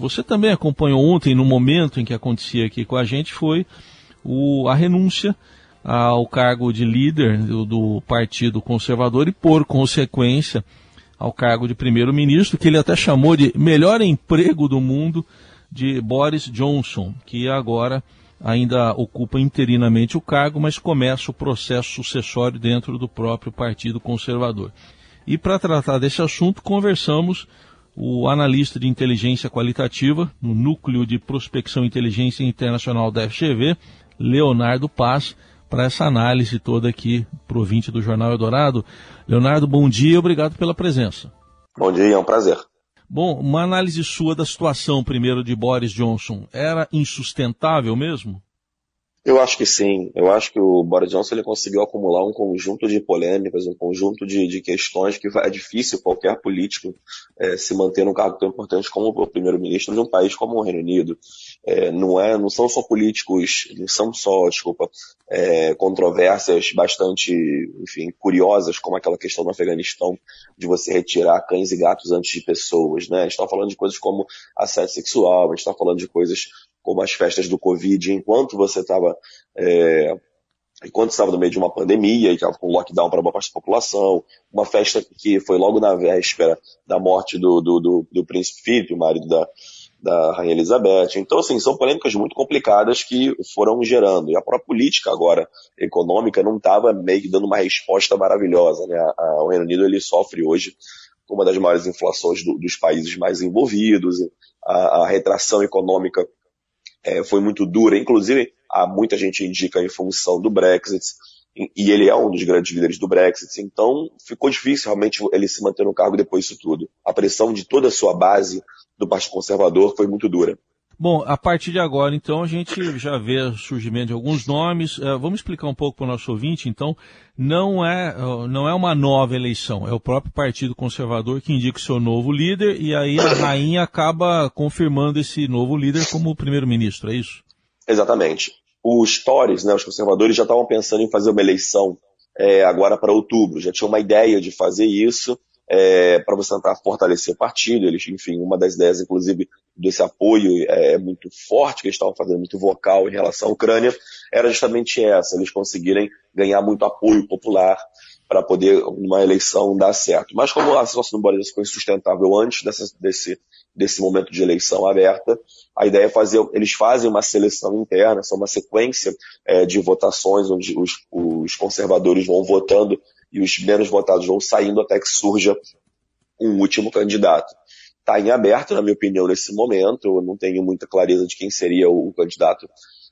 você também acompanhou ontem, no momento em que acontecia aqui com a gente, foi a renúncia ao cargo de líder do Partido Conservador e, por consequência, ao cargo de primeiro-ministro, que ele até chamou de melhor emprego do mundo, de Boris Johnson, que agora ainda ocupa interinamente o cargo, mas começa o processo sucessório dentro do próprio Partido Conservador. E para tratar desse assunto, conversamos o analista de inteligência qualitativa no Núcleo de Prospecção e Inteligência Internacional da FGV, Leonardo Paz, para essa análise toda aqui para o ouvinte do Jornal Eldorado. Leonardo, bom dia e obrigado pela presença. Bom dia, é um prazer. Bom, uma análise sua da situação primeiro de Boris Johnson, era insustentável mesmo? Eu acho que sim. Eu acho que o Boris Johnson ele conseguiu acumular um conjunto de polêmicas, um conjunto de questões que é difícil qualquer político se manter num cargo tão importante como o primeiro-ministro de um país como o Reino Unido. Não são só políticos, não são só, controvérsias bastante, enfim, curiosas, como aquela questão do Afeganistão, de você retirar cães e gatos antes de pessoas, né? A gente está falando de coisas como assédio sexual, a gente está falando de coisas como as festas do Covid, enquanto estava no meio de uma pandemia e estava com lockdown para boa parte da população, uma festa que foi logo na véspera da morte do príncipe Filipe, o marido da Rainha Elizabeth. Então, assim, são polêmicas muito complicadas que foram gerando. E a própria política agora econômica não estava meio que dando uma resposta maravilhosa, né? O Reino Unido ele sofre hoje com uma das maiores inflações dos países mais envolvidos, a retração econômica foi muito dura, inclusive muita gente indica em função do Brexit, e ele é um dos grandes líderes do Brexit, então ficou difícil realmente ele se manter no cargo depois disso tudo. A pressão de toda a sua base do Partido Conservador foi muito dura. Bom, a partir de agora, então, a gente já vê o surgimento de alguns nomes. Vamos explicar um pouco para o nosso ouvinte, então. Não é uma nova eleição, é o próprio Partido Conservador que indica o seu novo líder e aí a rainha acaba confirmando esse novo líder como primeiro-ministro, é isso? Exatamente. Os Tories, né, os conservadores, já estavam pensando em fazer uma eleição agora para outubro, já tinha uma ideia de fazer isso. Para você tentar fortalecer o partido. Eles, enfim, uma das ideias, inclusive, desse apoio muito forte, que eles estavam fazendo muito vocal em relação à Ucrânia, era justamente essa, eles conseguirem ganhar muito apoio popular para poder uma eleição dar certo. Mas como a situação do Boris foi insustentável antes desse momento de eleição aberta, a ideia é eles fazem uma seleção interna, são uma sequência de votações, onde os conservadores vão votando e os menos votados vão saindo até que surja um último candidato. Está em aberto, na minha opinião, nesse momento. Eu não tenho muita clareza de quem seria o candidato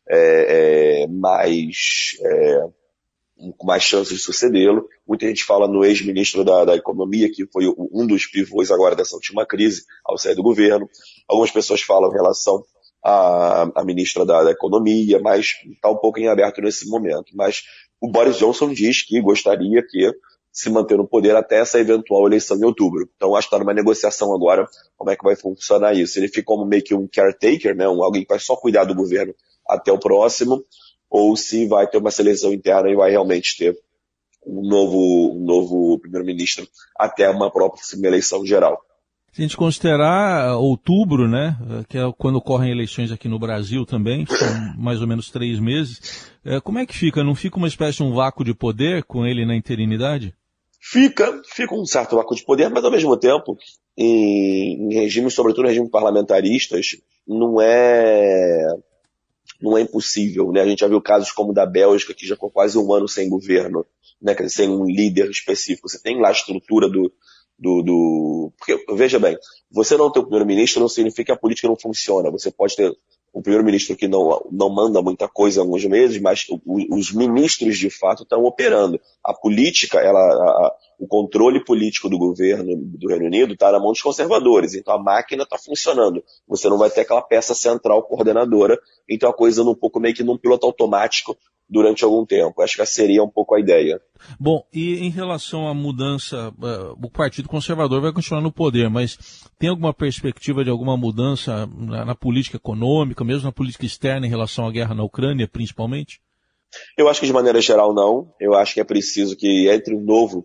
com mais chances de sucedê-lo. Muita gente fala no ex-ministro da Economia, que foi um dos pivôs agora dessa última crise, ao sair do governo. Algumas pessoas falam em relação à ministra da Economia, mas está um pouco em aberto nesse momento. Mas o Boris Johnson diz que gostaria que se manter no poder até essa eventual eleição em outubro. Então acho que está numa negociação agora como é que vai funcionar isso. Ele fica como meio que um caretaker, né? Alguém que vai só cuidar do governo até o próximo, ou se vai ter uma seleção interna e vai realmente ter um novo primeiro-ministro até uma próxima eleição geral. Se a gente considerar outubro, né, que é quando ocorrem eleições aqui no Brasil também, são mais ou menos 3 meses, como é que fica? Não fica uma espécie de um vácuo de poder com ele na interinidade? Fica um certo vácuo de poder, mas ao mesmo tempo, em regimes, sobretudo em regimes parlamentaristas, não é impossível, né? A gente já viu casos como o da Bélgica, que já ficou quase um ano sem governo, né, sem um líder específico. Você tem lá a estrutura porque, veja bem, você não ter o primeiro-ministro não significa que a política não funciona. Você pode ter um primeiro-ministro que não manda muita coisa há alguns meses, mas os ministros de fato estão operando. A política, o controle político do governo do Reino Unido está na mão dos conservadores, então a máquina está funcionando. Você não vai ter aquela peça central coordenadora, então a coisa um pouco meio que num piloto automático durante algum tempo. Acho que seria um pouco a ideia. Bom, e em relação à mudança, o Partido Conservador vai continuar no poder, mas tem alguma perspectiva de alguma mudança na política econômica, mesmo na política externa em relação à guerra na Ucrânia, principalmente? Eu acho que de maneira geral não. Eu acho que é preciso que entre um novo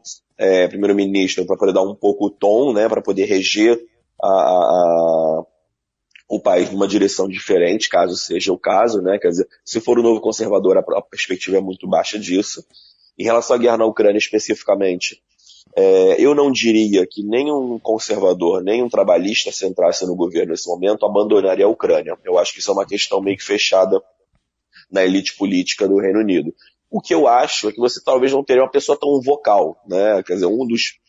primeiro-ministro para poder dar um pouco o tom, né, para poder reger o país numa direção diferente, caso seja o caso, né? Quer dizer, se for o novo conservador, a perspectiva é muito baixa disso. Em relação à guerra na Ucrânia especificamente, eu não diria que nenhum conservador, nem um trabalhista se entrasse no governo nesse momento abandonaria a Ucrânia. Eu acho que isso é uma questão meio que fechada na elite política do Reino Unido. O que eu acho é que você talvez não teria uma pessoa tão vocal, né? Quer dizer,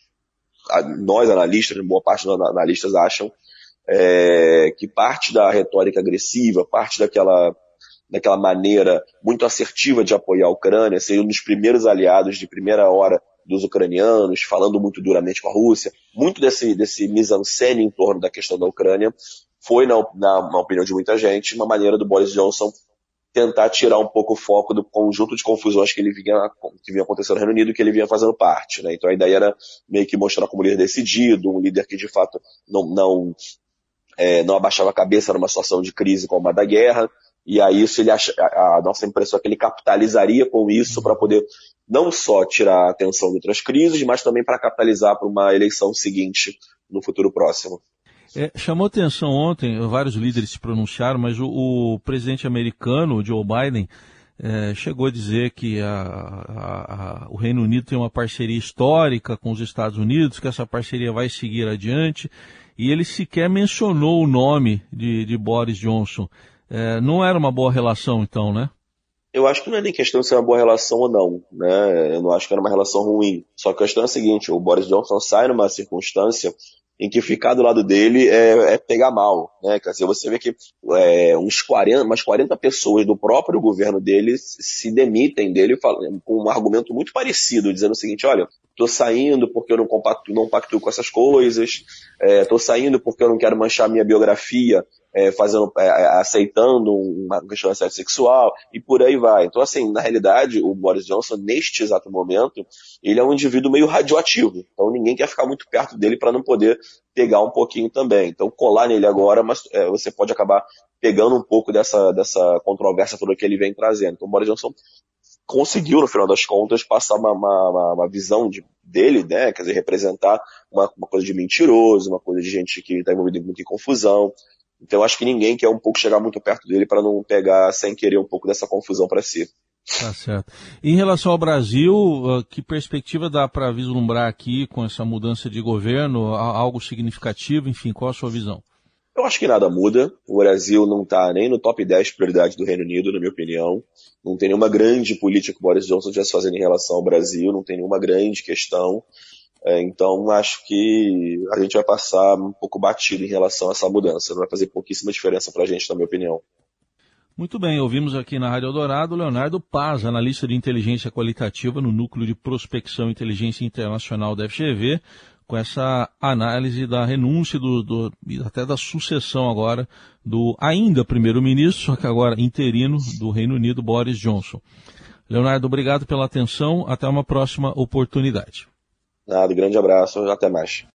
nós analistas, boa parte dos analistas acham que parte da retórica agressiva, parte daquela maneira muito assertiva de apoiar a Ucrânia, ser um dos primeiros aliados de primeira hora dos ucranianos, falando muito duramente com a Rússia, muito desse mise-en-scène em torno da questão da Ucrânia foi, na opinião de muita gente, uma maneira do Boris Johnson tentar tirar um pouco o foco do conjunto de confusões que vinha acontecendo no Reino Unido, que ele vinha fazendo parte, né? Então a ideia era meio que mostrar como um líder decidido, um líder que de fato não abaixava a cabeça numa situação de crise como a da guerra, e aí isso a nossa impressão é que ele capitalizaria com isso para poder não só tirar a atenção de outras crises, mas também para capitalizar para uma eleição seguinte no futuro próximo. Chamou atenção ontem, vários líderes se pronunciaram, mas o presidente americano, Joe Biden, chegou a dizer que o Reino Unido tem uma parceria histórica com os Estados Unidos, que essa parceria vai seguir adiante, e ele sequer mencionou o nome de Boris Johnson. Não era uma boa relação, então, né? Eu acho que não é nem questão de ser uma boa relação ou não, né? Eu não acho que era uma relação ruim. Só que a questão é a seguinte, o Boris Johnson sai numa circunstância em que ficar do lado dele é pegar mal, né? Quer dizer, você vê que umas 40 pessoas do próprio governo dele se demitem dele com um argumento muito parecido, dizendo o seguinte, olha, tô saindo porque eu não pactuo com essas coisas, tô saindo porque eu não quero manchar minha biografia aceitando uma questão de assédio sexual, e por aí vai. Então, assim, na realidade, o Boris Johnson, neste exato momento, ele é um indivíduo meio radioativo. Então, ninguém quer ficar muito perto dele para não poder pegar um pouquinho também. Então, colar nele agora, mas você pode acabar pegando um pouco dessa controvérsia toda que ele vem trazendo. Então, o Boris Johnson conseguiu, no final das contas, passar uma visão dele, né? Quer dizer, representar uma coisa de mentiroso, uma coisa de gente que está envolvida em muita confusão. Então, acho que ninguém quer um pouco chegar muito perto dele para não pegar, sem querer, um pouco dessa confusão para si. Tá certo. Em relação ao Brasil, que perspectiva dá para vislumbrar aqui com essa mudança de governo? Algo significativo? Enfim, qual a sua visão? Eu acho que nada muda. O Brasil não está nem no top 10 prioridades do Reino Unido, na minha opinião. Não tem nenhuma grande política que o Boris Johnson estivesse fazendo em relação ao Brasil, não tem nenhuma grande questão. Então, acho que a gente vai passar um pouco batido em relação a essa mudança. Não vai fazer pouquíssima diferença para a gente, na minha opinião. Muito bem, ouvimos aqui na Rádio Eldorado Leonardo Paz, analista de inteligência qualitativa no Núcleo de Prospecção e Inteligência Internacional da FGV, com essa análise da renúncia e até da sucessão agora do ainda primeiro-ministro, só que agora interino do Reino Unido, Boris Johnson. Leonardo, obrigado pela atenção, até uma próxima oportunidade. Nada, grande abraço, até mais.